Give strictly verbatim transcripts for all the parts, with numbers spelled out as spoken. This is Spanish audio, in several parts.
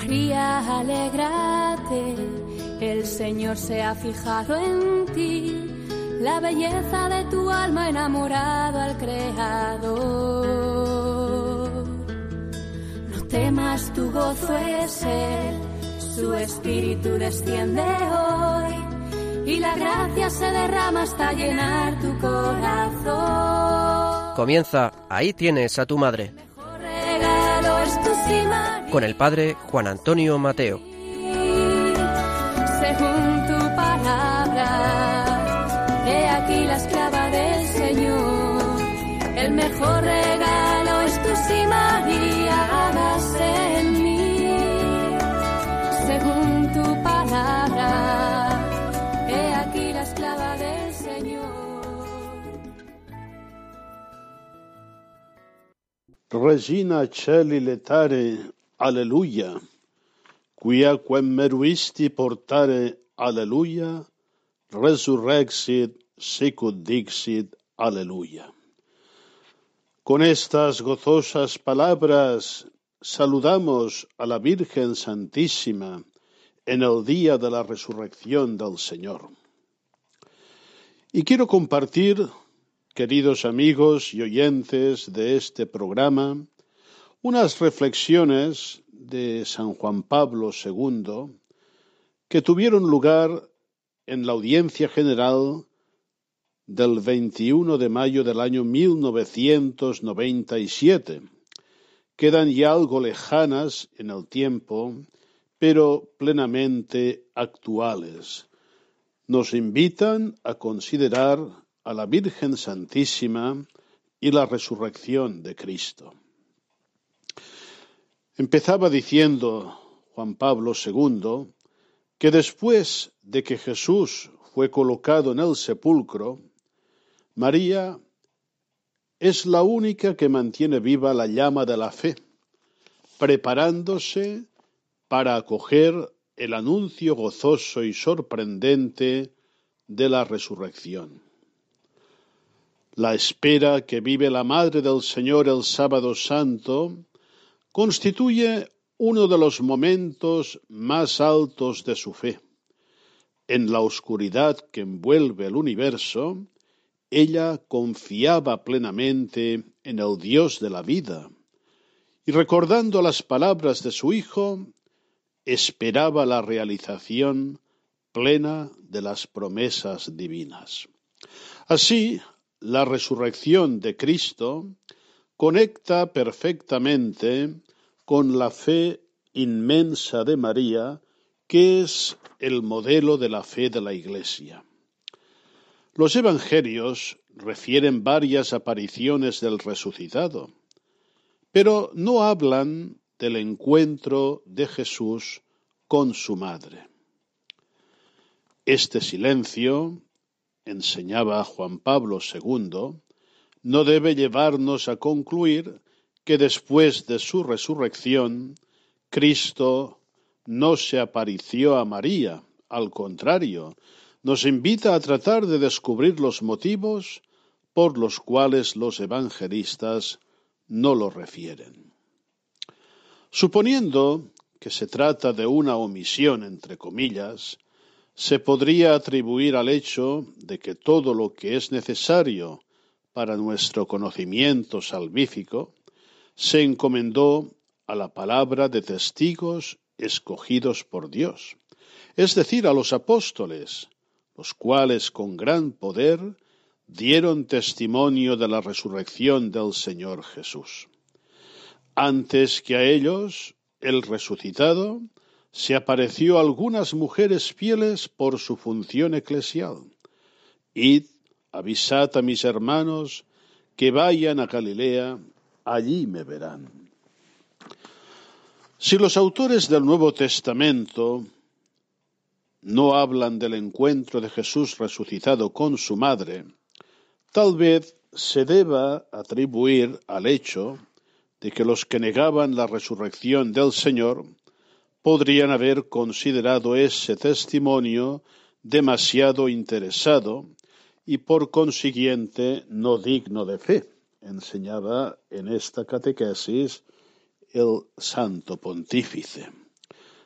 María, alégrate, el Señor se ha fijado en ti, la belleza de tu alma enamorado al Creador. No temas, tu gozo es Él, su espíritu desciende hoy, y la gracia se derrama hasta llenar tu corazón. Comienza Ahí tienes a tu madre. Con el padre Juan Antonio Mateo. Según tu palabra, he aquí la esclava del Señor. El mejor regalo es tu sí, María, hágase en mí. Según tu palabra, he aquí la esclava del Señor. Regina Celi letare, alleluia, quia quem meruisti portare, alleluia, resurrexit, sicut dixit, alleluia. Con estas gozosas palabras saludamos a la Virgen Santísima en el día de la resurrección del Señor. Y quiero compartir, queridos amigos y oyentes de este programa, unas reflexiones de San Juan Pablo segundo que tuvieron lugar en la audiencia general del veintiuno de mayo del año mil novecientos noventa y siete. Quedan ya algo lejanas en el tiempo, pero plenamente actuales. Nos invitan a considerar a la Virgen Santísima y la resurrección de Cristo. Empezaba diciendo Juan Pablo segundo que después de que Jesús fue colocado en el sepulcro, María es la única que mantiene viva la llama de la fe, preparándose para acoger el anuncio gozoso y sorprendente de la resurrección. La espera que vive la Madre del Señor el Sábado Santo constituye uno de los momentos más altos de su fe. En la oscuridad que envuelve el universo, ella confiaba plenamente en el Dios de la vida y, recordando las palabras de su Hijo, esperaba la realización plena de las promesas divinas. Así, la resurrección de Cristo conecta perfectamente con la fe inmensa de María, que es el modelo de la fe de la Iglesia. Los evangelios refieren varias apariciones del resucitado, pero no hablan del encuentro de Jesús con su madre. Este silencio, enseñaba Juan Pablo segundo, no debe llevarnos a concluir que después de su resurrección, Cristo no se apareció a María. Al contrario, nos invita a tratar de descubrir los motivos por los cuales los evangelistas no lo refieren. Suponiendo que se trata de una omisión, entre comillas, se podría atribuir al hecho de que todo lo que es necesario para nuestro conocimiento salvífico se encomendó a la palabra de testigos escogidos por Dios, es decir, a los apóstoles, los cuales con gran poder dieron testimonio de la resurrección del Señor Jesús. Antes que a ellos, el resucitado se apareció a algunas mujeres fieles por su función eclesial. Id, avisad a mis hermanos que vayan a Galilea, allí me verán. Si los autores del Nuevo Testamento no hablan del encuentro de Jesús resucitado con su madre, tal vez se deba atribuir al hecho de que los que negaban la resurrección del Señor podrían haber considerado ese testimonio demasiado interesado y por consiguiente no digno de fe, enseñaba en esta catequesis el Santo Pontífice.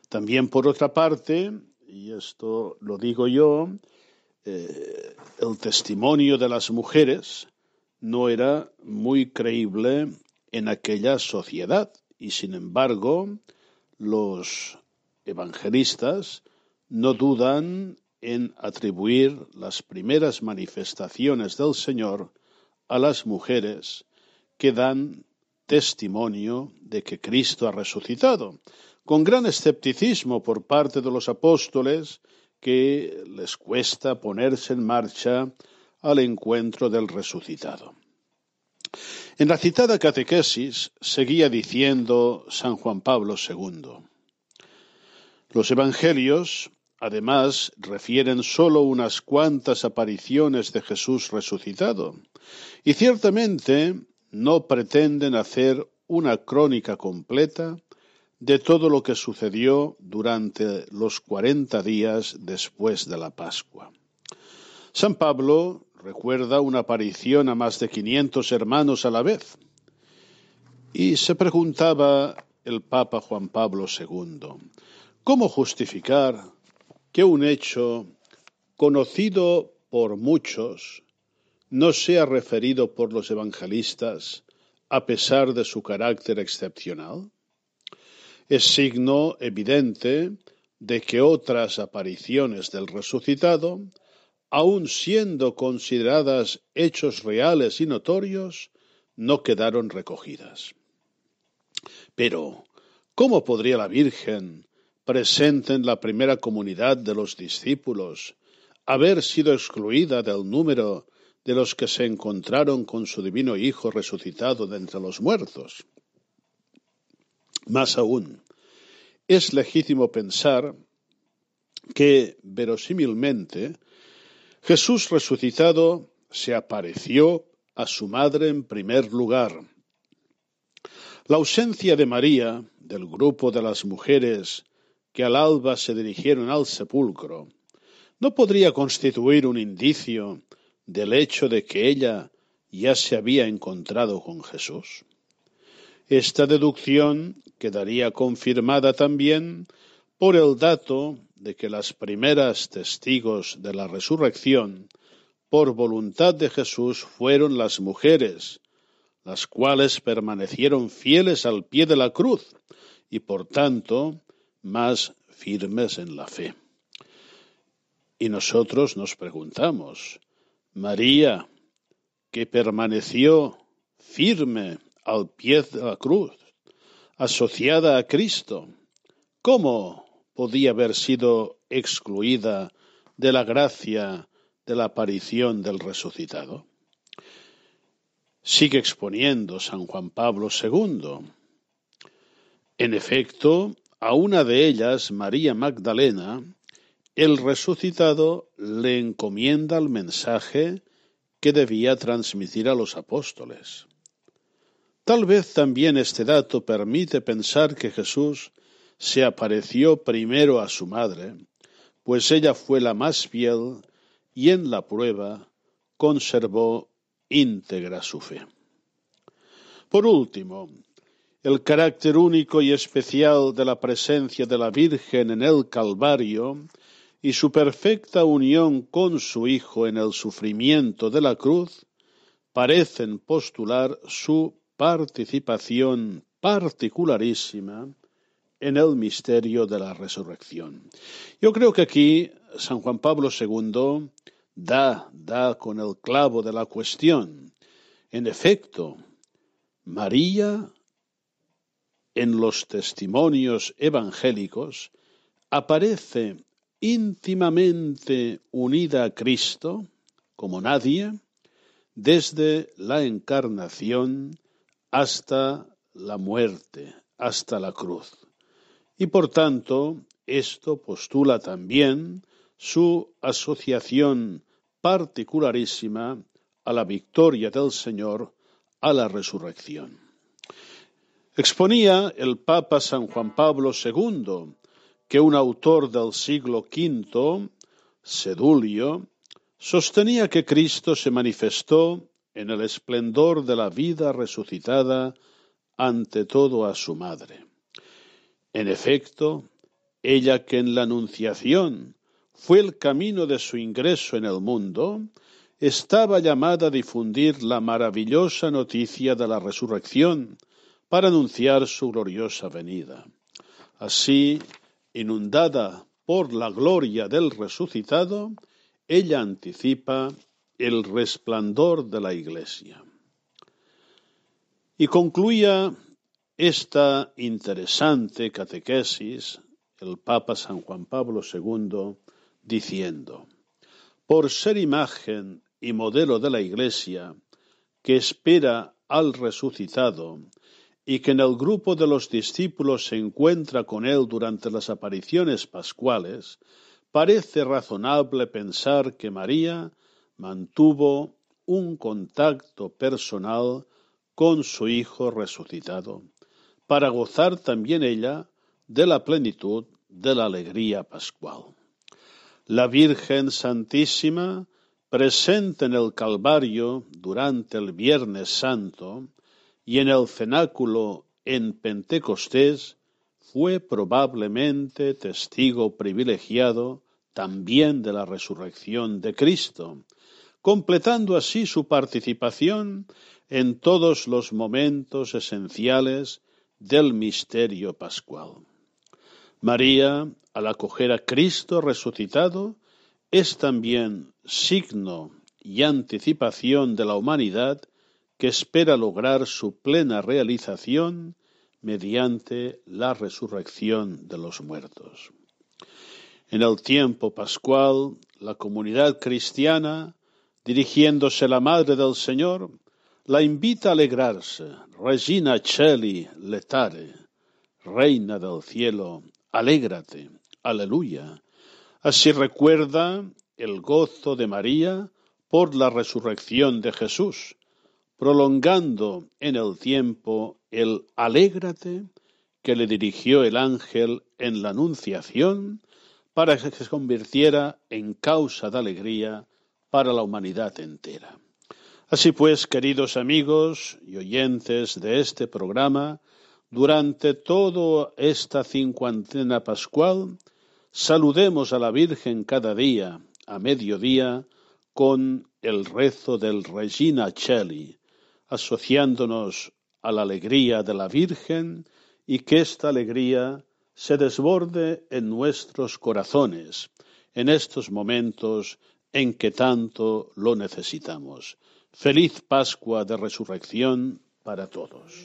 También, por otra parte, y esto lo digo yo, eh, el testimonio de las mujeres no era muy creíble en aquella sociedad y, sin embargo, los evangelistas no dudan en atribuir las primeras manifestaciones del Señor a las mujeres que dan testimonio de que Cristo ha resucitado, con gran escepticismo por parte de los apóstoles que les cuesta ponerse en marcha al encuentro del resucitado. En la citada catequesis seguía diciendo San Juan Pablo segundo: los evangelios, además, refieren solo unas cuantas apariciones de Jesús resucitado, y ciertamente no pretenden hacer una crónica completa de todo lo que sucedió durante los cuarenta días después de la Pascua. San Pablo recuerda una aparición a más de quinientos hermanos a la vez, y se preguntaba el Papa Juan Pablo segundo, ¿cómo justificar que un hecho conocido por muchos no sea referido por los evangelistas a pesar de su carácter excepcional? Es signo evidente de que otras apariciones del resucitado, aun siendo consideradas hechos reales y notorios, no quedaron recogidas. Pero, ¿cómo podría la Virgen, presente en la primera comunidad de los discípulos, haber sido excluida del número de los que se encontraron con su divino Hijo resucitado de entre los muertos? Más aún, es legítimo pensar que, verosímilmente, Jesús resucitado se apareció a su madre en primer lugar. La ausencia de María, del grupo de las mujeres que al alba se dirigieron al sepulcro, no podría constituir un indicio del hecho de que ella ya se había encontrado con Jesús. Esta deducción quedaría confirmada también por el dato de que las primeras testigos de la resurrección, por voluntad de Jesús, fueron las mujeres, las cuales permanecieron fieles al pie de la cruz y, por tanto, más firmes en la fe. Y nosotros nos preguntamos, María, que permaneció firme al pie de la cruz, asociada a Cristo, ¿cómo podía haber sido excluida de la gracia de la aparición del resucitado? Sigue exponiendo San Juan Pablo segundo. En efecto, a una de ellas, María Magdalena, el resucitado le encomienda el mensaje que debía transmitir a los apóstoles. Tal vez también este dato permite pensar que Jesús se apareció primero a su madre, pues ella fue la más fiel y en la prueba conservó íntegra su fe. Por último, el carácter único y especial de la presencia de la Virgen en el Calvario y su perfecta unión con su Hijo en el sufrimiento de la cruz parecen postular su participación particularísima en el misterio de la resurrección. Yo creo que aquí San Juan Pablo segundo da, da con el clavo de la cuestión. En efecto, María, en los testimonios evangélicos, aparece íntimamente unida a Cristo, como nadie, desde la encarnación hasta la muerte, hasta la cruz. Y por tanto, esto postula también su asociación particularísima a la victoria del Señor, a la resurrección. Exponía el Papa San Juan Pablo segundo que un autor del siglo quinto, Sedulio, sostenía que Cristo se manifestó en el esplendor de la vida resucitada ante todo a su madre. En efecto, ella que en la Anunciación fue el camino de su ingreso en el mundo, estaba llamada a difundir la maravillosa noticia de la resurrección para anunciar su gloriosa venida. Así, inundada por la gloria del resucitado, ella anticipa el resplandor de la Iglesia. Y concluía esta interesante catequesis el Papa San Juan Pablo segundo diciendo: por ser imagen y modelo de la Iglesia que espera al resucitado y que en el grupo de los discípulos se encuentra con él durante las apariciones pascuales, parece razonable pensar que María mantuvo un contacto personal con su Hijo resucitado, para gozar también ella de la plenitud de la alegría pascual. La Virgen Santísima, presente en el Calvario durante el Viernes Santo y en el cenáculo en Pentecostés, fue probablemente testigo privilegiado también de la resurrección de Cristo, completando así su participación en todos los momentos esenciales del misterio pascual. María, al acoger a Cristo resucitado, es también signo y anticipación de la humanidad que espera lograr su plena realización mediante la resurrección de los muertos. En el tiempo pascual, la comunidad cristiana, dirigiéndose a la Madre del Señor, la invita a alegrarse, Regina Celi letare, Reina del cielo, alégrate, aleluya. Así recuerda el gozo de María por la resurrección de Jesús, prolongando en el tiempo el alégrate que le dirigió el ángel en la Anunciación para que se convirtiera en causa de alegría para la humanidad entera. Así pues, queridos amigos y oyentes de este programa, durante toda esta cincuentena pascual, saludemos a la Virgen cada día, a mediodía, con el rezo del Regina Celi, asociándonos a la alegría de la Virgen y que esta alegría se desborde en nuestros corazones en estos momentos en que tanto lo necesitamos. Feliz Pascua de Resurrección para todos.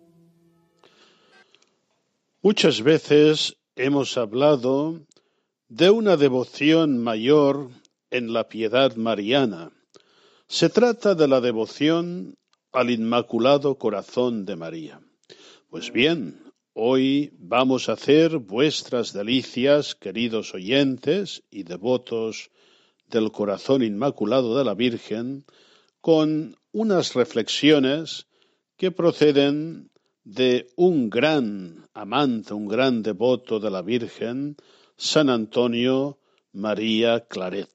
Muchas veces hemos hablado de una devoción mayor en la piedad mariana. Se trata de la devoción al Inmaculado Corazón de María. Pues bien, hoy vamos a hacer vuestras delicias, queridos oyentes y devotos del Corazón Inmaculado de la Virgen, con unas reflexiones que proceden de un gran amante, un gran devoto de la Virgen, San Antonio María Claret.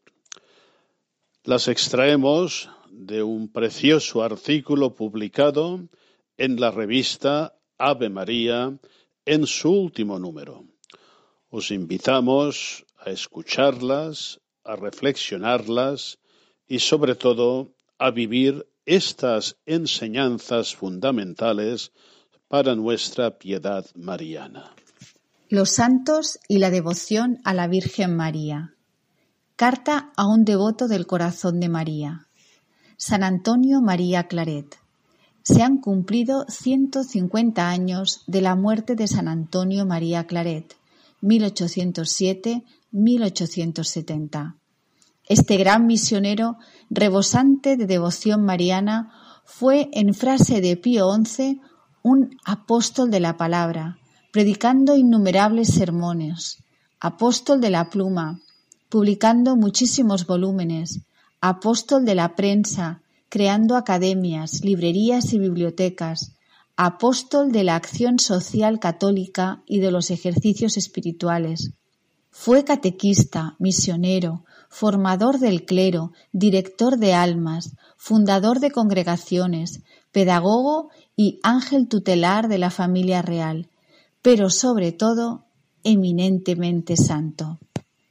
Las extraemos de un precioso artículo publicado en la revista Ave María en su último número. Os invitamos a escucharlas, a reflexionarlas y sobre todo a vivir estas enseñanzas fundamentales para nuestra piedad mariana. Los santos y la devoción a la Virgen María. Carta a un devoto del Corazón de María. San Antonio María Claret. Se han cumplido ciento cincuenta años de la muerte de San Antonio María Claret, mil ochocientos siete a mil ochocientos setenta. Este gran misionero, rebosante de devoción mariana, fue, en frase de Pío once, un apóstol de la palabra, predicando innumerables sermones, apóstol de la pluma, publicando muchísimos volúmenes, apóstol de la prensa, creando academias, librerías y bibliotecas, apóstol de la acción social católica y de los ejercicios espirituales. Fue catequista, misionero, formador del clero, director de almas, fundador de congregaciones, pedagogo y ángel tutelar de la familia real, pero sobre todo eminentemente santo.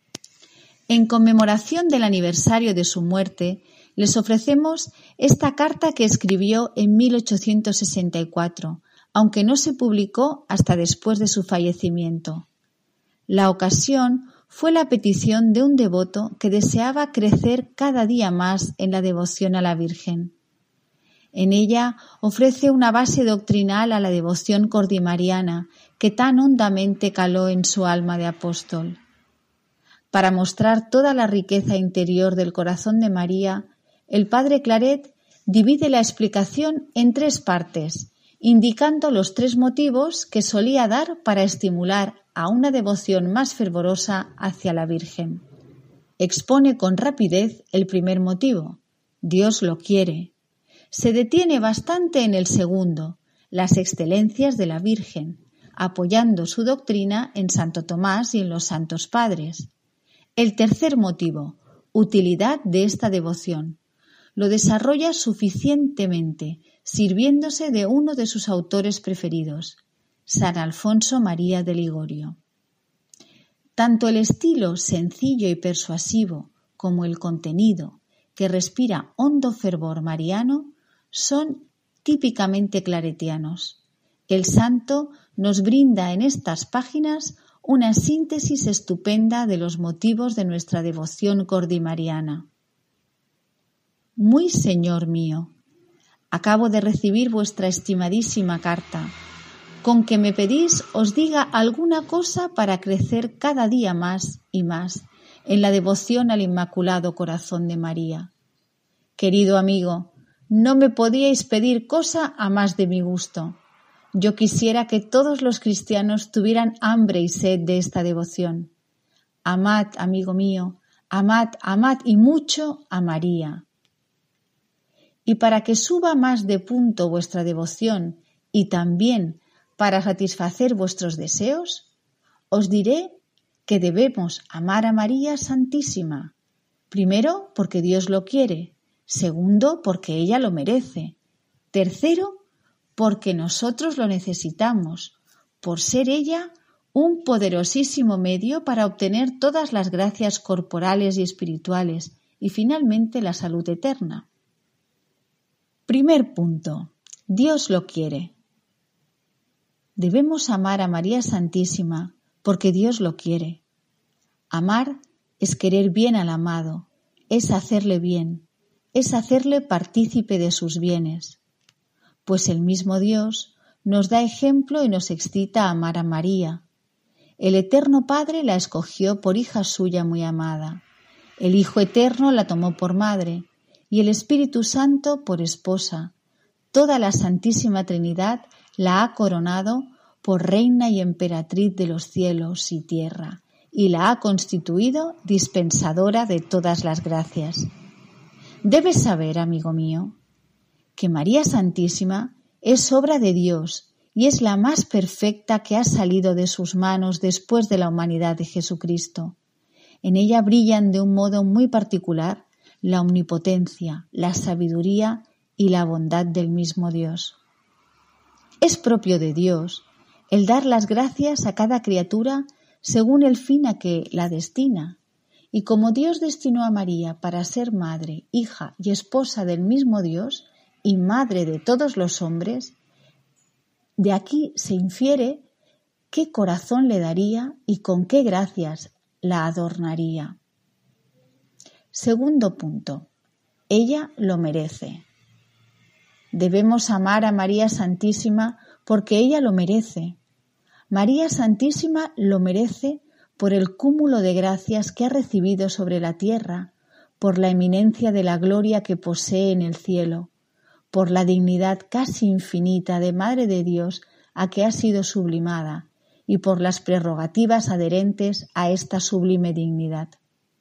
En conmemoración del aniversario de su muerte, les ofrecemos esta carta que escribió en mil ochocientos sesenta y cuatro, aunque no se publicó hasta después de su fallecimiento. La ocasión fue la petición de un devoto que deseaba crecer cada día más en la devoción a la Virgen. En ella ofrece una base doctrinal a la devoción cordimariana que tan hondamente caló en su alma de apóstol. Para mostrar toda la riqueza interior del corazón de María, el padre Claret divide la explicación en tres partes, indicando los tres motivos que solía dar para estimular a una devoción más fervorosa hacia la Virgen. Expone con rapidez el primer motivo: Dios lo quiere. Se detiene bastante en el segundo, las excelencias de la Virgen, apoyando su doctrina en Santo Tomás y en los Santos Padres. El tercer motivo, utilidad de esta devoción, lo desarrolla suficientemente, sirviéndose de uno de sus autores preferidos, San Alfonso María de Ligorio. Tanto el estilo sencillo y persuasivo como el contenido, que respira hondo fervor mariano, son típicamente claretianos. El santo nos brinda en estas páginas una síntesis estupenda de los motivos de nuestra devoción cordimariana. Muy Señor mío, acabo de recibir vuestra estimadísima carta. Con que me pedís os diga alguna cosa para crecer cada día más y más en la devoción al Inmaculado Corazón de María. Querido amigo, no me podíais pedir cosa a más de mi gusto. Yo quisiera que todos los cristianos tuvieran hambre y sed de esta devoción. Amad, amigo mío, amad, amad y mucho a María. Y para que suba más de punto vuestra devoción y también para satisfacer vuestros deseos, os diré que debemos amar a María Santísima. Primero, porque Dios lo quiere. Segundo, porque ella lo merece. Tercero, porque nosotros lo necesitamos, por ser ella un poderosísimo medio para obtener todas las gracias corporales y espirituales y finalmente la salud eterna. Primer punto. Dios lo quiere. Debemos amar a María Santísima porque Dios lo quiere. Amar es querer bien al amado, es hacerle bien, es hacerle partícipe de sus bienes. Pues el mismo Dios nos da ejemplo y nos excita a amar a María. El Eterno Padre la escogió por hija suya muy amada. El Hijo Eterno la tomó por madre y el Espíritu Santo por esposa. Toda la Santísima Trinidad la ha coronado por reina y emperatriz de los cielos y tierra y la ha constituido dispensadora de todas las gracias. Debes saber, amigo mío, que María Santísima es obra de Dios y es la más perfecta que ha salido de sus manos después de la humanidad de Jesucristo. En ella brillan de un modo muy particular la omnipotencia, la sabiduría y la bondad del mismo Dios. Es propio de Dios el dar las gracias a cada criatura según el fin a que la destina. Y como Dios destinó a María para ser madre, hija y esposa del mismo Dios y madre de todos los hombres, de aquí se infiere qué corazón le daría y con qué gracias la adornaría. Segundo punto. Ella lo merece. Debemos amar a María Santísima porque ella lo merece. María Santísima lo merece por el cúmulo de gracias que ha recibido sobre la tierra, por la eminencia de la gloria que posee en el cielo, por la dignidad casi infinita de Madre de Dios a que ha sido sublimada y por las prerrogativas adherentes a esta sublime dignidad.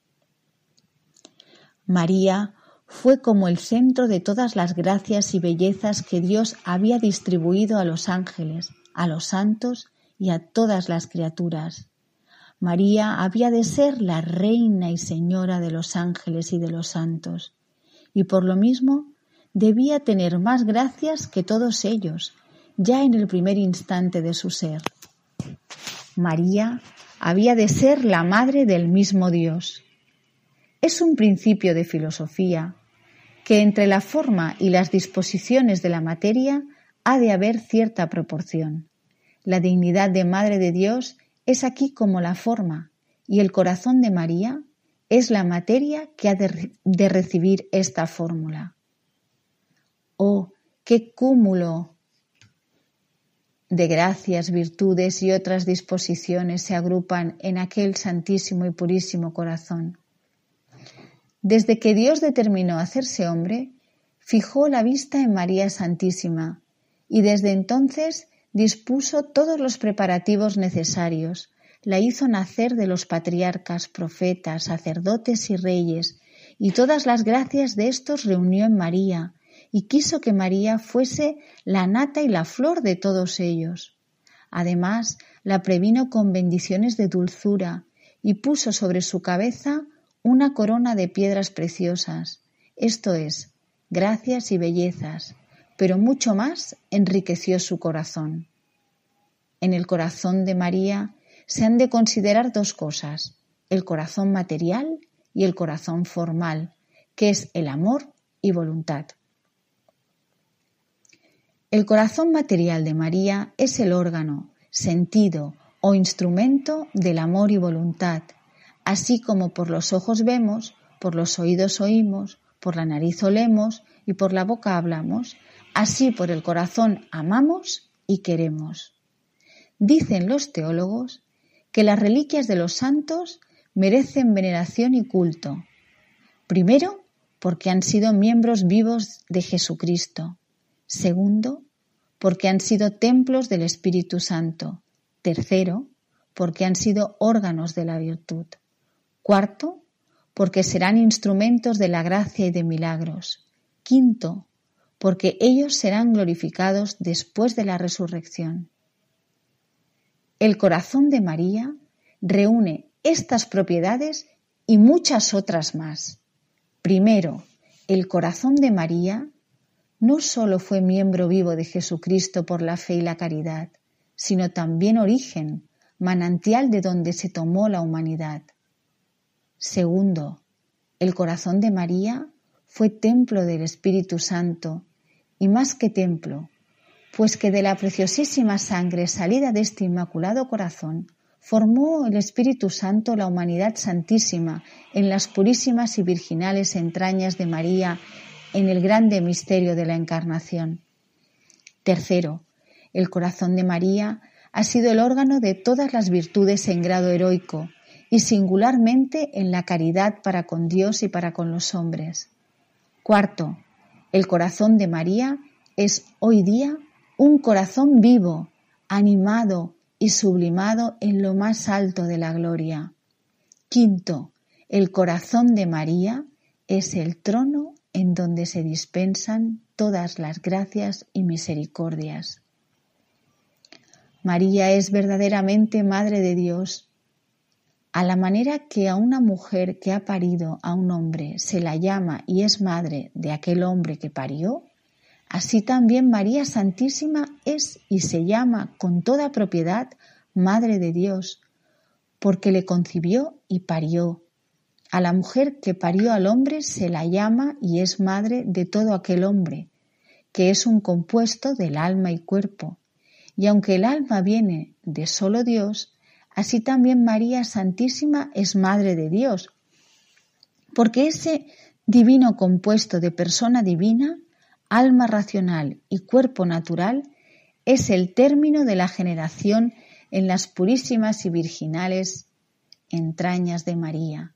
María fue como el centro de todas las gracias y bellezas que Dios había distribuido a los ángeles, a los santos y a todas las criaturas. María había de ser la reina y señora de los ángeles y de los santos, y por lo mismo debía tener más gracias que todos ellos, ya en el primer instante de su ser. María había de ser la madre del mismo Dios. Es un principio de filosofía que entre la forma y las disposiciones de la materia ha de haber cierta proporción. La dignidad de Madre de Dios es aquí como la forma, y el corazón de María es la materia que ha de, de recibir esta fórmula. ¡Oh, qué cúmulo de gracias, virtudes y otras disposiciones se agrupan en aquel santísimo y purísimo corazón! Desde que Dios determinó hacerse hombre, fijó la vista en María Santísima y desde entonces dispuso todos los preparativos necesarios, la hizo nacer de los patriarcas, profetas, sacerdotes y reyes, y todas las gracias de estos reunió en María, y quiso que María fuese la nata y la flor de todos ellos. Además, la previno con bendiciones de dulzura, y puso sobre su cabeza una corona de piedras preciosas, esto es, gracias y bellezas, pero mucho más enriqueció su corazón. En el corazón de María se han de considerar dos cosas, el corazón material y el corazón formal, que es el amor y voluntad. El corazón material de María es el órgano, sentido o instrumento del amor y voluntad, así como por los ojos vemos, por los oídos oímos, por la nariz olemos y por la boca hablamos, así por el corazón amamos y queremos. Dicen los teólogos que las reliquias de los santos merecen veneración y culto. Primero, porque han sido miembros vivos de Jesucristo. Segundo, porque han sido templos del Espíritu Santo. Tercero, porque han sido órganos de la virtud. Cuarto, porque serán instrumentos de la gracia y de milagros. Quinto, porque ellos serán glorificados después de la resurrección. El corazón de María reúne estas propiedades y muchas otras más. Primero, el corazón de María no solo fue miembro vivo de Jesucristo por la fe y la caridad, sino también origen, manantial de donde se tomó la humanidad. Segundo, el corazón de María fue templo del Espíritu Santo, y más que templo, pues que de la preciosísima sangre salida de este inmaculado corazón formó el Espíritu Santo la humanidad santísima en las purísimas y virginales entrañas de María en el grande misterio de la Encarnación. Tercero, el corazón de María ha sido el órgano de todas las virtudes en grado heroico y singularmente en la caridad para con Dios y para con los hombres. Cuarto, el corazón de María es hoy día un corazón vivo, animado y sublimado en lo más alto de la gloria. Quinto, el corazón de María es el trono en donde se dispensan todas las gracias y misericordias. María es verdaderamente Madre de Dios, a la manera que a una mujer que ha parido a un hombre se la llama y es madre de aquel hombre que parió, así también María Santísima es y se llama con toda propiedad Madre de Dios, porque le concibió y parió. A la mujer que parió al hombre se la llama y es madre de todo aquel hombre, que es un compuesto del alma y cuerpo. Y aunque el alma viene de solo Dios, así también María Santísima es Madre de Dios, porque ese divino compuesto de persona divina, alma racional y cuerpo natural es el término de la generación en las purísimas y virginales entrañas de María.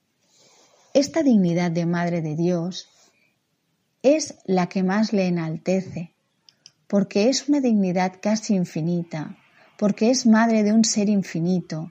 Esta dignidad de Madre de Dios es la que más le enaltece, porque es una dignidad casi infinita, porque es madre de un ser infinito,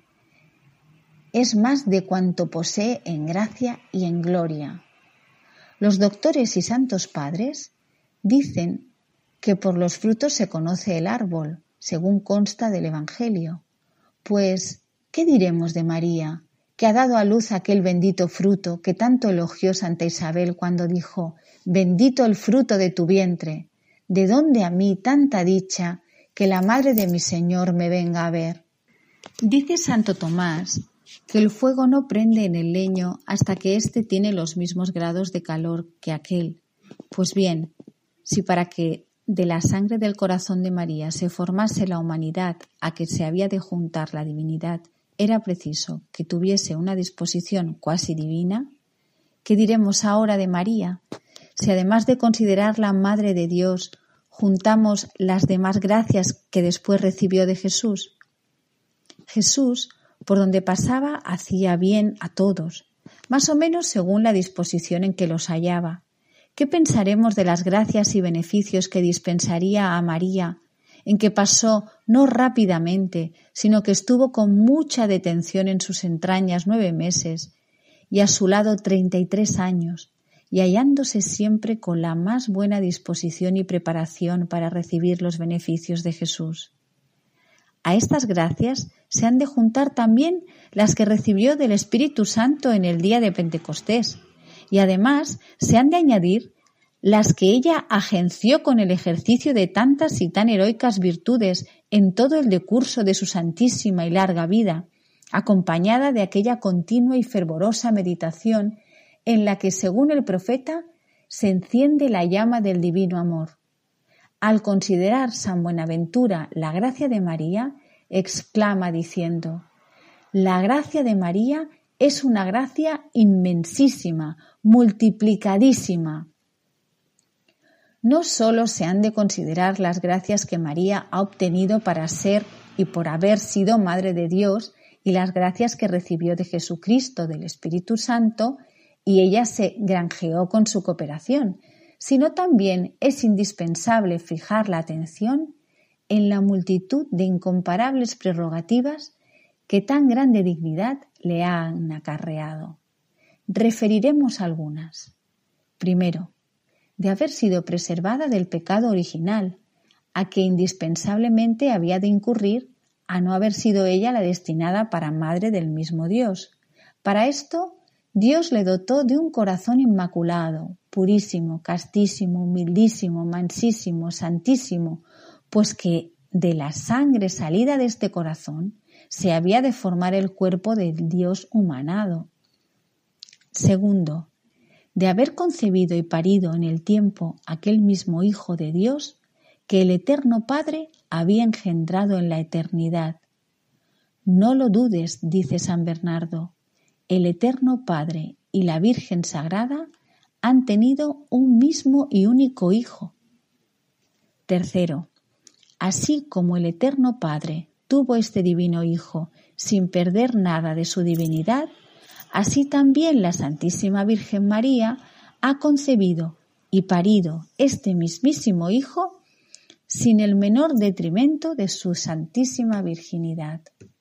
es más de cuanto posee en gracia y en gloria. Los doctores y santos padres dicen que por los frutos se conoce el árbol, según consta del Evangelio. Pues, ¿qué diremos de María, que ha dado a luz aquel bendito fruto que tanto elogió Santa Isabel cuando dijo: «Bendito el fruto de tu vientre, ¿de dónde a mí tanta dicha que la madre de mi Señor me venga a ver?» Dice Santo Tomás que el fuego no prende en el leño hasta que éste tiene los mismos grados de calor que aquel. Pues bien, si para que de la sangre del corazón de María se formase la humanidad a que se había de juntar la divinidad, era preciso que tuviese una disposición cuasi divina, ¿qué diremos ahora de María? Si además de considerarla Madre de Dios, juntamos las demás gracias que después recibió de Jesús. Jesús, por donde pasaba, hacía bien a todos, más o menos según la disposición en que los hallaba. ¿Qué pensaremos de las gracias y beneficios que dispensaría a María, en que pasó no rápidamente, sino que estuvo con mucha detención en sus entrañas nueve meses, y a su lado treinta y tres años, y hallándose siempre con la más buena disposición y preparación para recibir los beneficios de Jesús? A estas gracias se han de juntar también las que recibió del Espíritu Santo en el día de Pentecostés, y además se han de añadir las que ella agenció con el ejercicio de tantas y tan heroicas virtudes en todo el decurso de su santísima y larga vida, acompañada de aquella continua y fervorosa meditación en la que, según el profeta, se enciende la llama del divino amor. Al considerar San Buenaventura la gracia de María, exclama diciendo: «La gracia de María es una gracia inmensísima, multiplicadísima». No sólo se han de considerar las gracias que María ha obtenido para ser y por haber sido Madre de Dios y las gracias que recibió de Jesucristo, del Espíritu Santo, y ella se granjeó con su cooperación, sino también es indispensable fijar la atención en la multitud de incomparables prerrogativas que tan grande dignidad le han acarreado. Referiremos algunas. Primero, de haber sido preservada del pecado original, a que indispensablemente había de incurrir a no haber sido ella la destinada para madre del mismo Dios. Para esto, Dios le dotó de un corazón inmaculado, purísimo, castísimo, humildísimo, mansísimo, santísimo, pues que de la sangre salida de este corazón se había de formar el cuerpo del Dios humanado. Segundo, de haber concebido y parido en el tiempo aquel mismo Hijo de Dios que el Eterno Padre había engendrado en la eternidad. No lo dudes, dice San Bernardo, el Eterno Padre y la Virgen Sagrada han tenido un mismo y único Hijo. Tercero, así como el Eterno Padre tuvo este divino Hijo sin perder nada de su divinidad, así también la Santísima Virgen María ha concebido y parido este mismísimo Hijo sin el menor detrimento de su santísima virginidad.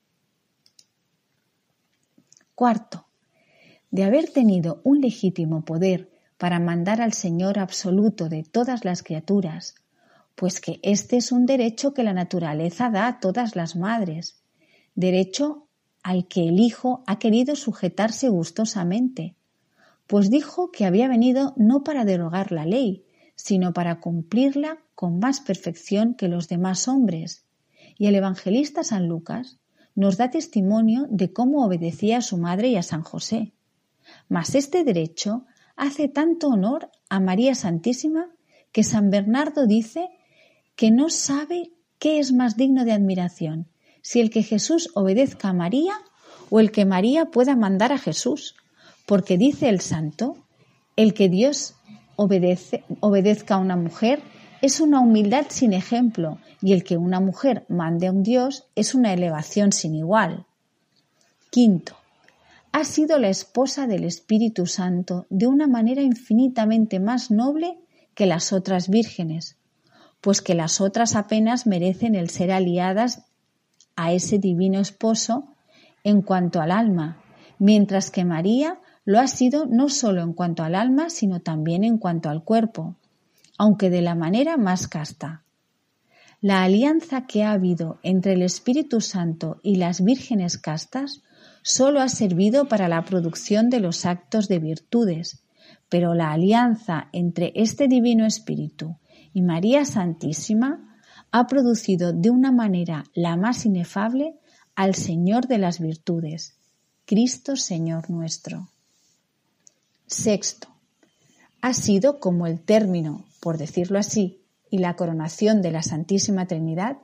Cuarto, de haber tenido un legítimo poder para mandar al Señor absoluto de todas las criaturas, pues que este es un derecho que la naturaleza da a todas las madres, derecho al que el Hijo ha querido sujetarse gustosamente, pues dijo que había venido no para derogar la ley, sino para cumplirla con más perfección que los demás hombres. Y el evangelista San Lucas nos da testimonio de cómo obedecía a su madre y a San José. Mas este derecho hace tanto honor a María Santísima que San Bernardo dice que no sabe qué es más digno de admiración, si el que Jesús obedezca a María o el que María pueda mandar a Jesús, porque dice el santo, el que Dios obedece, obedezca a una mujer es una humildad sin ejemplo, y el que una mujer mande a un Dios es una elevación sin igual. Quinto, ha sido la esposa del Espíritu Santo de una manera infinitamente más noble que las otras vírgenes, pues que las otras apenas merecen el ser aliadas a ese divino esposo en cuanto al alma, mientras que María lo ha sido no solo en cuanto al alma, sino también en cuanto al cuerpo, aunque de la manera más casta. La alianza que ha habido entre el Espíritu Santo y las vírgenes castas solo ha servido para la producción de los actos de virtudes, pero la alianza entre este Divino Espíritu y María Santísima ha producido de una manera la más inefable al Señor de las virtudes, Cristo Señor nuestro. Sexto, ha sido como el término, por decirlo así, y la coronación de la Santísima Trinidad,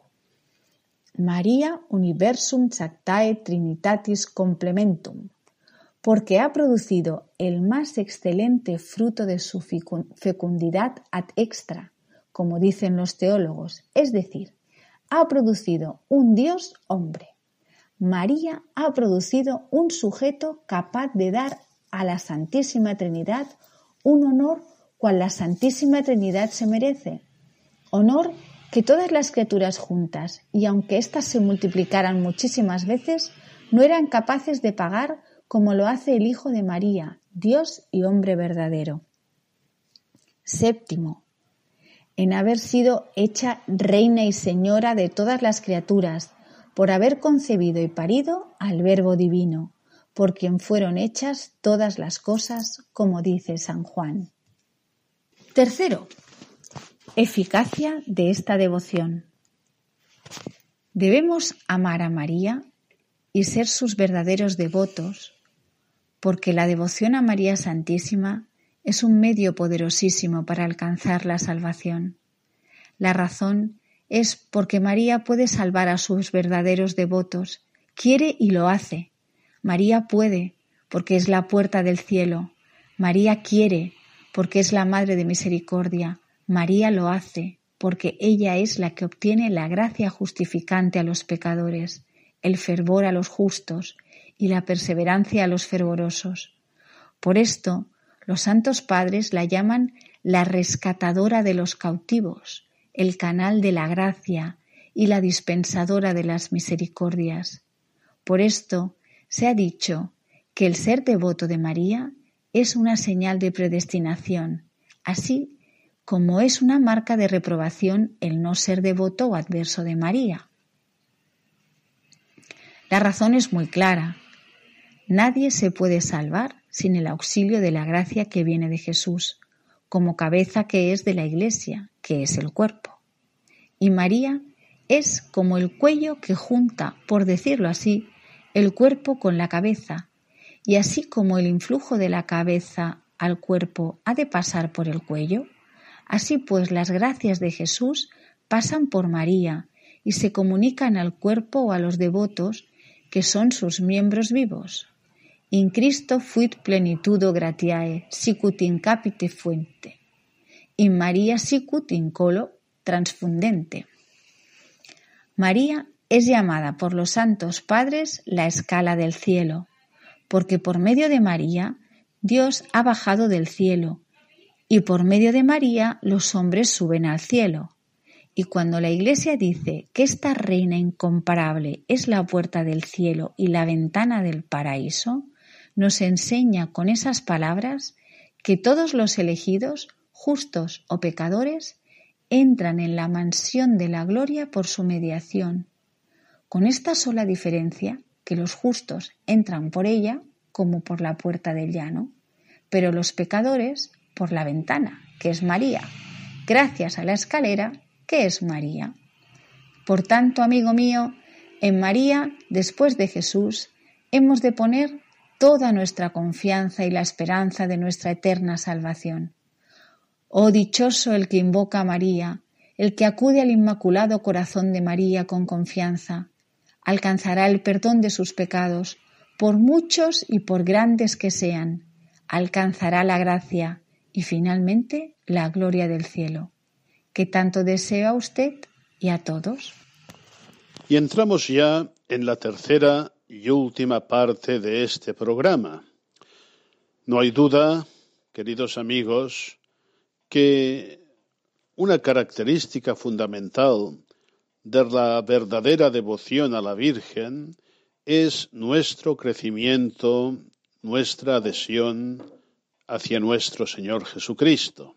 María Universum Sactae Trinitatis Complementum, porque ha producido el más excelente fruto de su fecundidad ad extra, como dicen los teólogos, es decir, ha producido un Dios hombre. María ha producido un sujeto capaz de dar a la Santísima Trinidad un honor cual la Santísima Trinidad se merece, honor que todas las criaturas juntas, y aunque éstas se multiplicaran muchísimas veces, no eran capaces de pagar como lo hace el Hijo de María, Dios y hombre verdadero. Séptimo, en haber sido hecha reina y señora de todas las criaturas, por haber concebido y parido al Verbo Divino, por quien fueron hechas todas las cosas, como dice San Juan. Tercero, eficacia de esta devoción. Debemos amar a María y ser sus verdaderos devotos, porque la devoción a María Santísima es un medio poderosísimo para alcanzar la salvación. La razón es porque María puede salvar a sus verdaderos devotos, quiere y lo hace. María puede, porque es la puerta del cielo. María quiere, porque es la Madre de Misericordia. María lo hace, porque ella es la que obtiene la gracia justificante a los pecadores, el fervor a los justos y la perseverancia a los fervorosos. Por esto, los santos padres la llaman la rescatadora de los cautivos, el canal de la gracia y la dispensadora de las misericordias. Por esto, se ha dicho que el ser devoto de María es una señal de predestinación, así como es una marca de reprobación el no ser devoto o adverso de María. La razón es muy clara. Nadie se puede salvar sin el auxilio de la gracia que viene de Jesús, como cabeza que es de la Iglesia, que es el cuerpo. Y María es como el cuello que junta, por decirlo así, el cuerpo con la cabeza, y así como el influjo de la cabeza al cuerpo ha de pasar por el cuello, así pues las gracias de Jesús pasan por María y se comunican al cuerpo o a los devotos que son sus miembros vivos. In Cristo fuit plenitudo gratiae, sicut in capite fuente. In Maria sicut in colo transfundente. María es llamada por los santos padres la escala del cielo, porque por medio de María Dios ha bajado del cielo y por medio de María los hombres suben al cielo. Y cuando la Iglesia dice que esta reina incomparable es la puerta del cielo y la ventana del paraíso, nos enseña con esas palabras que todos los elegidos, justos o pecadores, entran en la mansión de la gloria por su mediación, con esta sola diferencia que los justos entran por ella como por la puerta del llano, pero los pecadores por la ventana, que es María, gracias a la escalera, que es María. Por tanto, amigo mío, en María, después de Jesús, hemos de poner toda nuestra confianza y la esperanza de nuestra eterna salvación. Oh dichoso el que invoca a María, el que acude al Inmaculado Corazón de María con confianza, alcanzará el perdón de sus pecados, por muchos y por grandes que sean, alcanzará la gracia y finalmente la gloria del cielo, que tanto deseo a usted y a todos. Y entramos ya en la tercera y última parte de este programa. No hay duda, queridos amigos, que una característica fundamental de la verdadera devoción a la Virgen es nuestro crecimiento, nuestra adhesión hacia nuestro Señor Jesucristo.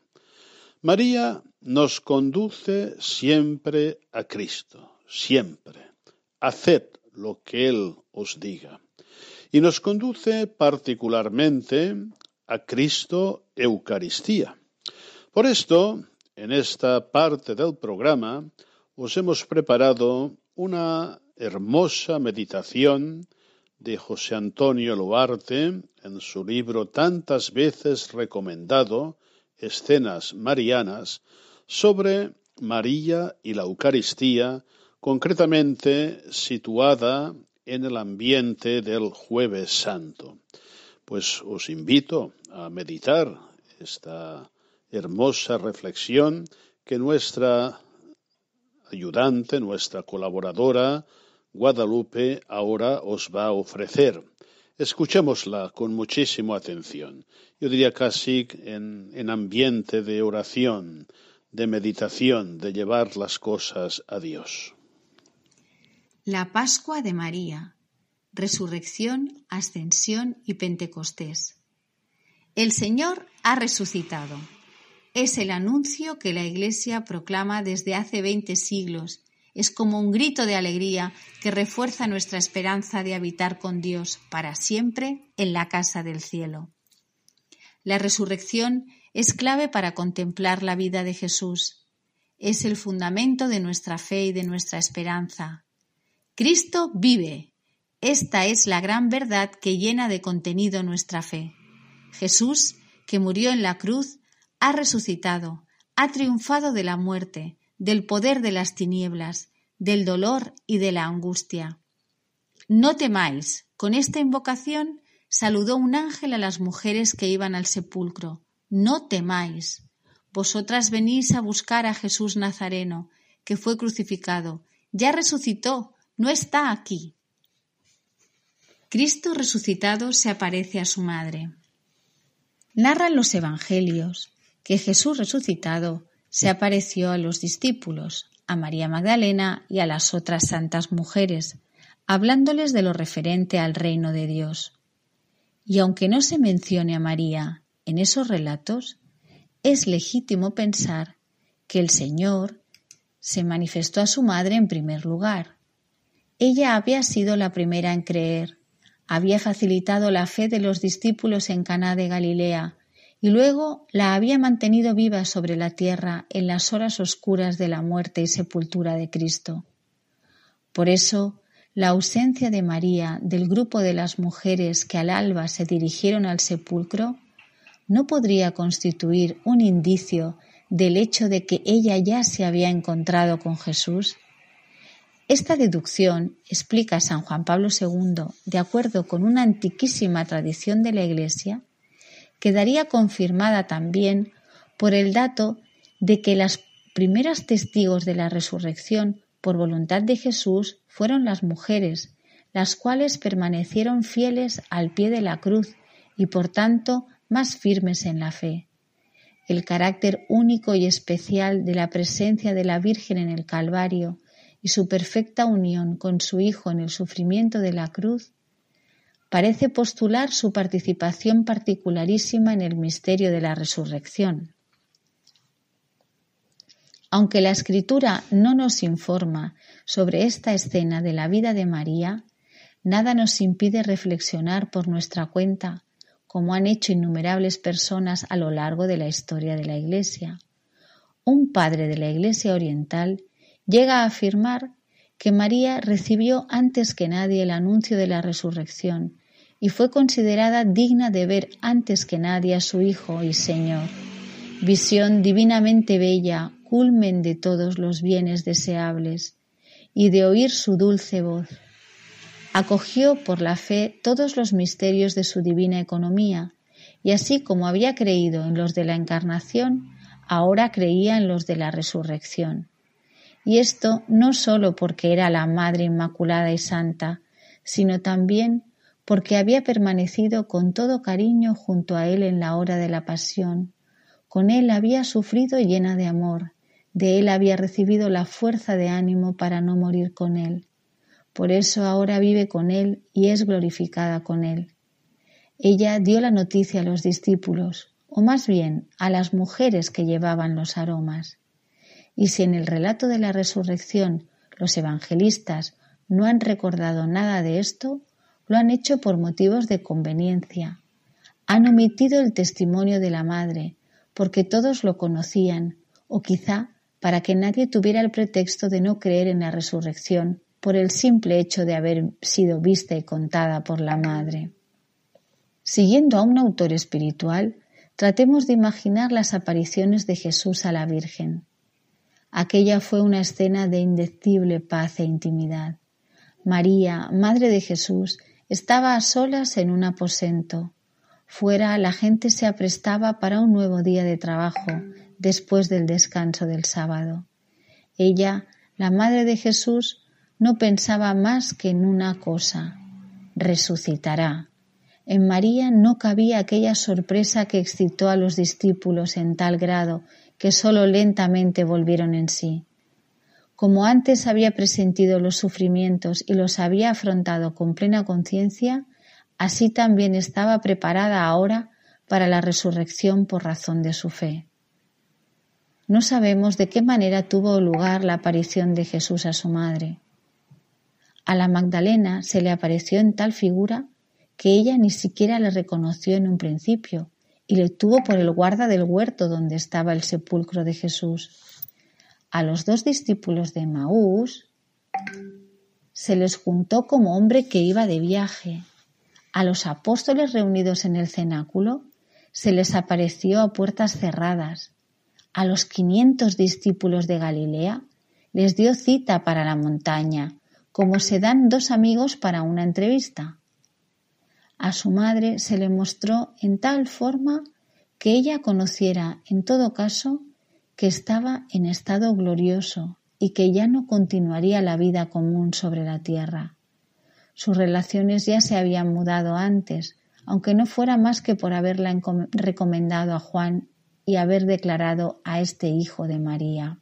María nos conduce siempre a Cristo, siempre. Haced lo que Él os diga. Y nos conduce particularmente a Cristo Eucaristía. Por esto, en esta parte del programa, os hemos preparado una hermosa meditación de José Antonio Luarte en su libro tantas veces recomendado, Escenas Marianas, sobre María y la Eucaristía, concretamente situada en el ambiente del Jueves Santo. Pues os invito a meditar esta hermosa reflexión que nuestra ayudante, nuestra colaboradora, Guadalupe, ahora os va a ofrecer. Escuchémosla con muchísima atención. Yo diría casi en, en ambiente de oración, de meditación, de llevar las cosas a Dios. La Pascua de María, Resurrección, Ascensión y Pentecostés. El Señor ha resucitado. Es el anuncio que la Iglesia proclama desde hace veinte siglos. Es como un grito de alegría que refuerza nuestra esperanza de habitar con Dios para siempre en la casa del cielo. La resurrección es clave para contemplar la vida de Jesús. Es el fundamento de nuestra fe y de nuestra esperanza. Cristo vive. Esta es la gran verdad que llena de contenido nuestra fe. Jesús, que murió en la cruz, ha resucitado, ha triunfado de la muerte, del poder de las tinieblas, del dolor y de la angustia. No temáis. Con esta invocación saludó un ángel a las mujeres que iban al sepulcro. No temáis. Vosotras venís a buscar a Jesús Nazareno, que fue crucificado. Ya resucitó, no está aquí. Cristo resucitado se aparece a su madre. Narran los evangelios que Jesús resucitado se apareció a los discípulos, a María Magdalena y a las otras santas mujeres, hablándoles de lo referente al reino de Dios. Y aunque no se mencione a María en esos relatos, es legítimo pensar que el Señor se manifestó a su madre en primer lugar. Ella había sido la primera en creer, había facilitado la fe de los discípulos en Caná de Galilea, y luego la había mantenido viva sobre la tierra en las horas oscuras de la muerte y sepultura de Cristo. Por eso, la ausencia de María del grupo de las mujeres que al alba se dirigieron al sepulcro no podría constituir un indicio del hecho de que ella ya se había encontrado con Jesús. Esta deducción, explica San Juan Pablo segundo, de acuerdo con una antiquísima tradición de la Iglesia, quedaría confirmada también por el dato de que las primeras testigos de la resurrección por voluntad de Jesús, fueron las mujeres, las cuales permanecieron fieles al pie de la cruz y por tanto más firmes en la fe. El carácter único y especial de la presencia de la Virgen en el Calvario y su perfecta unión con su Hijo en el sufrimiento de la cruz parece postular su participación particularísima en el misterio de la resurrección. Aunque la Escritura no nos informa sobre esta escena de la vida de María, nada nos impide reflexionar por nuestra cuenta, como han hecho innumerables personas a lo largo de la historia de la Iglesia. Un padre de la Iglesia oriental llega a afirmar que María recibió antes que nadie el anuncio de la resurrección y fue considerada digna de ver antes que nadie a su Hijo y Señor. Visión divinamente bella, culmen de todos los bienes deseables, y de oír su dulce voz. Acogió por la fe todos los misterios de su divina economía, y así como había creído en los de la Encarnación, ahora creía en los de la resurrección. Y esto no sólo porque era la Madre Inmaculada y Santa, sino también porque había permanecido con todo cariño junto a él en la hora de la pasión. Con él había sufrido llena de amor, de él había recibido la fuerza de ánimo para no morir con él. Por eso ahora vive con él y es glorificada con él. Ella dio la noticia a los discípulos, o más bien a las mujeres que llevaban los aromas. Y si en el relato de la resurrección los evangelistas no han recordado nada de esto, lo han hecho por motivos de conveniencia. Han omitido el testimonio de la Madre, porque todos lo conocían, o quizá para que nadie tuviera el pretexto de no creer en la resurrección por el simple hecho de haber sido vista y contada por la Madre. Siguiendo a un autor espiritual, tratemos de imaginar las apariciones de Jesús a la Virgen. Aquella fue una escena de indecible paz e intimidad. María, Madre de Jesús, estaba a solas en un aposento. Fuera la gente se aprestaba para un nuevo día de trabajo, después del descanso del sábado. Ella, la Madre de Jesús, no pensaba más que en una cosa: resucitará. En María no cabía aquella sorpresa que excitó a los discípulos en tal grado que sólo lentamente volvieron en sí. Como antes había presentido los sufrimientos y los había afrontado con plena conciencia, así también estaba preparada ahora para la resurrección por razón de su fe. No sabemos de qué manera tuvo lugar la aparición de Jesús a su madre. A la Magdalena se le apareció en tal figura que ella ni siquiera le reconoció en un principio y le tuvo por el guarda del huerto donde estaba el sepulcro de Jesús. A los dos discípulos de Emaús se les juntó como hombre que iba de viaje. A los apóstoles reunidos en el cenáculo se les apareció a puertas cerradas. A los quinientos discípulos de Galilea les dio cita para la montaña, como se dan dos amigos para una entrevista. A su madre se le mostró en tal forma que ella conociera, en todo caso, que estaba en estado glorioso y que ya no continuaría la vida común sobre la tierra. Sus relaciones ya se habían mudado antes, aunque no fuera más que por haberla recomendado a Juan y haber declarado a este hijo de María.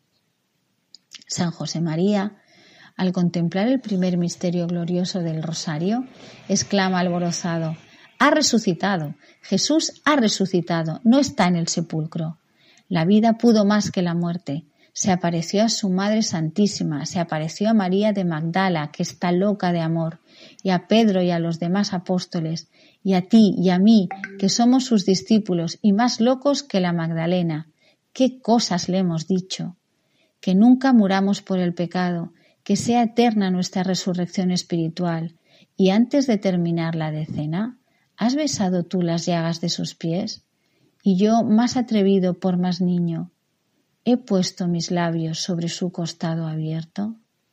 San José María, al contemplar el primer misterio glorioso del Rosario, exclama alborozado: «¡Ha resucitado! Jesús ha resucitado, no está en el sepulcro». La vida pudo más que la muerte. Se apareció a su Madre Santísima, se apareció a María de Magdala, que está loca de amor, y a Pedro y a los demás apóstoles, y a ti y a mí, que somos sus discípulos y más locos que la Magdalena. ¿Qué cosas le hemos dicho? Que nunca muramos por el pecado, que sea eterna nuestra resurrección espiritual. Y antes de terminar la decena, ¿has besado tú las llagas de sus pies? Y yo, más atrevido por más niño, ¿he puesto mis labios sobre su costado abierto?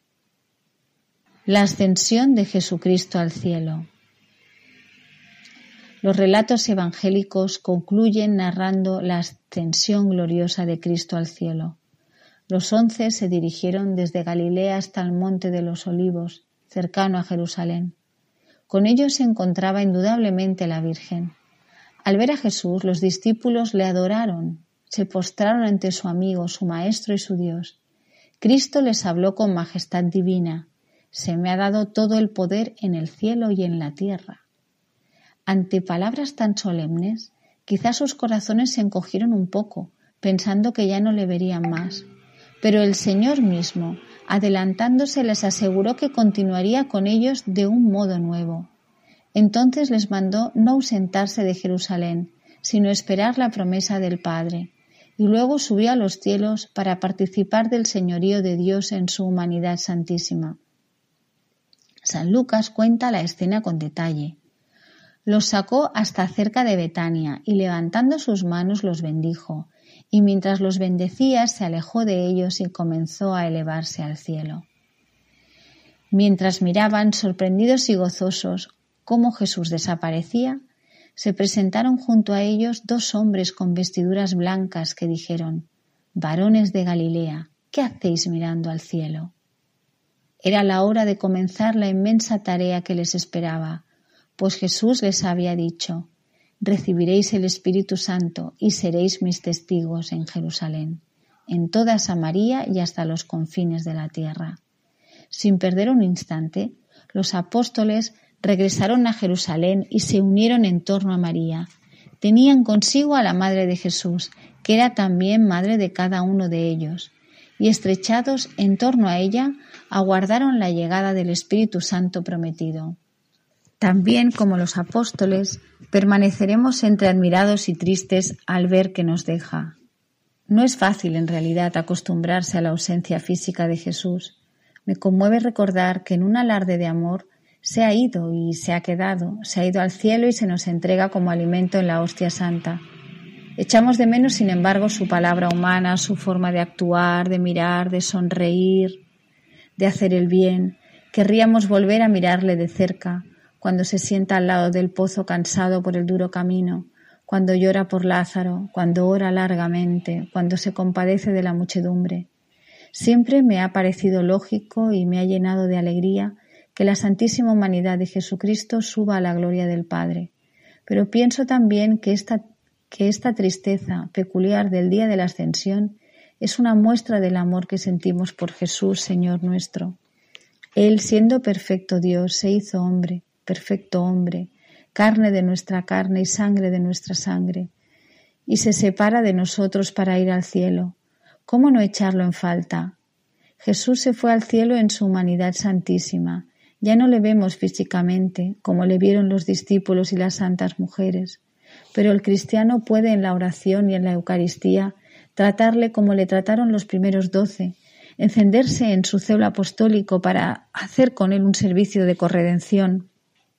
La ascensión de Jesucristo al cielo. Los relatos evangélicos concluyen narrando la ascensión gloriosa de Cristo al cielo. Los once se dirigieron desde Galilea hasta el Monte de los Olivos, cercano a Jerusalén. Con ellos se encontraba indudablemente la Virgen. Al ver a Jesús, los discípulos le adoraron, se postraron ante su amigo, su Maestro y su Dios. Cristo les habló con majestad divina: «Se me ha dado todo el poder en el cielo y en la tierra». Ante palabras tan solemnes, quizás sus corazones se encogieron un poco, pensando que ya no le verían más. Pero el Señor mismo, adelantándose, les aseguró que continuaría con ellos de un modo nuevo. Entonces les mandó no ausentarse de Jerusalén, sino esperar la promesa del Padre, y luego subió a los cielos para participar del señorío de Dios en su humanidad santísima. San Lucas cuenta la escena con detalle. Los sacó hasta cerca de Betania y levantando sus manos los bendijo, y mientras los bendecía se alejó de ellos y comenzó a elevarse al cielo. Mientras miraban, sorprendidos y gozosos, cómo Jesús desaparecía, se presentaron junto a ellos dos hombres con vestiduras blancas que dijeron: «Varones de Galilea, ¿qué hacéis mirando al cielo?». Era la hora de comenzar la inmensa tarea que les esperaba, pues Jesús les había dicho: «Recibiréis el Espíritu Santo y seréis mis testigos en Jerusalén, en toda Samaria y hasta los confines de la tierra». Sin perder un instante, los apóstoles regresaron a Jerusalén y se unieron en torno a María. Tenían consigo a la Madre de Jesús, que era también madre de cada uno de ellos, y estrechados en torno a ella, aguardaron la llegada del Espíritu Santo prometido. También, como los apóstoles, permaneceremos entre admirados y tristes al ver que nos deja. No es fácil, en realidad, acostumbrarse a la ausencia física de Jesús. Me conmueve recordar que en un alarde de amor se ha ido y se ha quedado, se ha ido al cielo y se nos entrega como alimento en la hostia santa. Echamos de menos, sin embargo, su palabra humana, su forma de actuar, de mirar, de sonreír, de hacer el bien. Querríamos volver a mirarle de cerca, cuando se sienta al lado del pozo cansado por el duro camino, cuando llora por Lázaro, cuando ora largamente, cuando se compadece de la muchedumbre. Siempre me ha parecido lógico y me ha llenado de alegría que la santísima humanidad de Jesucristo suba a la gloria del Padre. Pero pienso también que esta, que esta tristeza peculiar del día de la Ascensión es una muestra del amor que sentimos por Jesús, Señor nuestro. Él, siendo perfecto Dios, se hizo hombre, perfecto hombre, carne de nuestra carne y sangre de nuestra sangre, y se separa de nosotros para ir al cielo. ¿Cómo no echarlo en falta? Jesús se fue al cielo en su humanidad santísima. Ya no le vemos físicamente, como le vieron los discípulos y las santas mujeres, pero el cristiano puede en la oración y en la Eucaristía tratarle como le trataron los primeros doce, encenderse en su celo apostólico para hacer con él un servicio de corredención,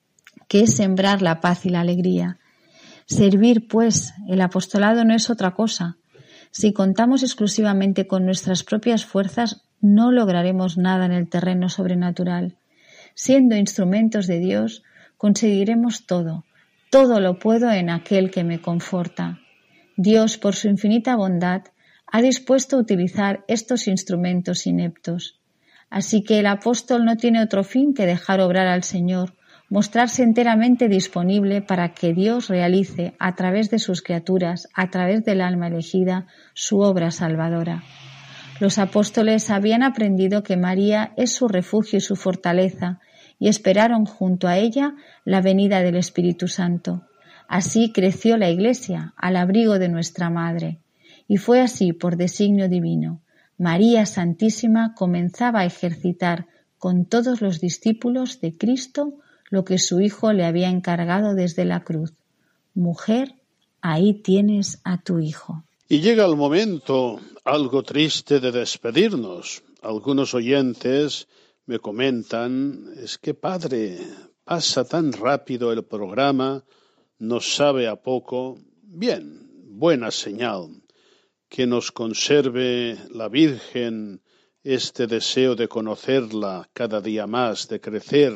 que es sembrar la paz y la alegría. Servir, pues, el apostolado no es otra cosa. Si contamos exclusivamente con nuestras propias fuerzas, no lograremos nada en el terreno sobrenatural. Siendo instrumentos de Dios, conseguiremos todo. Todo lo puedo en aquel que me conforta. Dios, por su infinita bondad, ha dispuesto a utilizar estos instrumentos ineptos. Así que el apóstol no tiene otro fin que dejar obrar al Señor, mostrarse enteramente disponible para que Dios realice a través de sus criaturas, a través del alma elegida, su obra salvadora. Los apóstoles habían aprendido que María es su refugio y su fortaleza y esperaron junto a ella la venida del Espíritu Santo. Así creció la Iglesia al abrigo de nuestra Madre. Y fue así por designio divino. María Santísima comenzaba a ejercitar con todos los discípulos de Cristo lo que su Hijo le había encargado desde la cruz. Mujer, ahí tienes a tu Hijo. Y llega el momento algo triste de despedirnos. Algunos oyentes me comentan, es que padre, pasa tan rápido el programa, nos sabe a poco. Bien, buena señal, que nos conserve la Virgen este deseo de conocerla cada día más, de crecer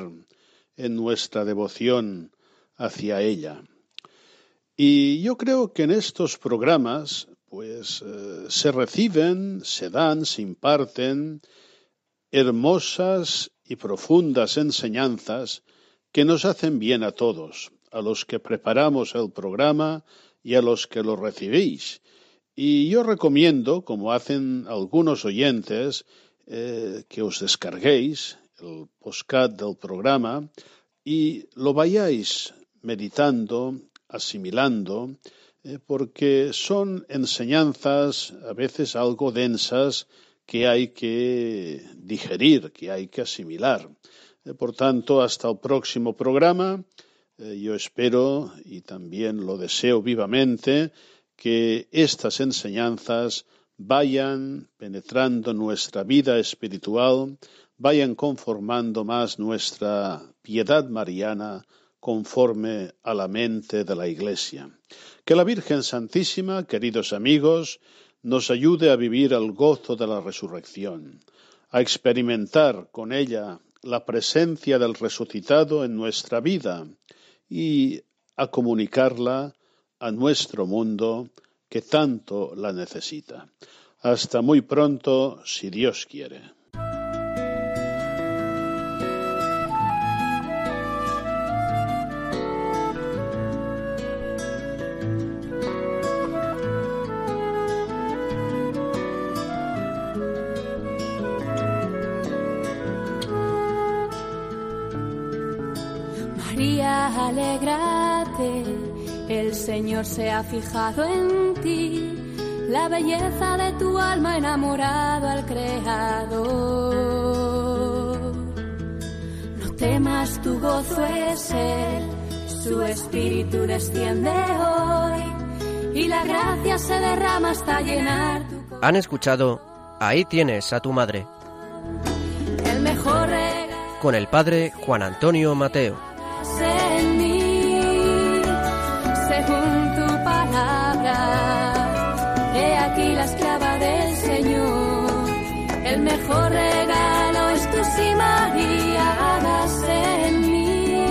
en nuestra devoción hacia ella. Y yo creo que en estos programas pues eh, se reciben, se dan, se imparten hermosas y profundas enseñanzas que nos hacen bien a todos, a los que preparamos el programa y a los que lo recibís. Y yo recomiendo, como hacen algunos oyentes, eh, que os descarguéis el podcast del programa y lo vayáis meditando, asimilando, eh, porque son enseñanzas a veces algo densas que hay que digerir, que hay que asimilar. Eh, por tanto, hasta el próximo programa, eh, yo espero y también lo deseo vivamente que estas enseñanzas vayan penetrando nuestra vida espiritual, vayan conformando más nuestra piedad mariana conforme a la mente de la Iglesia. Que la Virgen Santísima, queridos amigos, nos ayude a vivir el gozo de la resurrección, a experimentar con ella la presencia del resucitado en nuestra vida y a comunicarla a nuestro mundo que tanto la necesita. Hasta muy pronto, si Dios quiere. María, alégrate, el Señor se ha fijado en ti, la belleza de tu alma enamorado al Creador. No temas, tu gozo es Él, su espíritu desciende hoy, y la gracia se derrama hasta llenar tu corazón. Han escuchado Ahí tienes a tu madre, El mejor regalo con el padre Juan Antonio Mateo. en mí, según tu palabra, he aquí la esclava del Señor. El mejor regalo es tu sí, María, hagas en mí,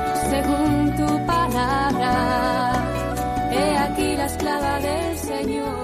según tu palabra, he aquí la esclava del Señor.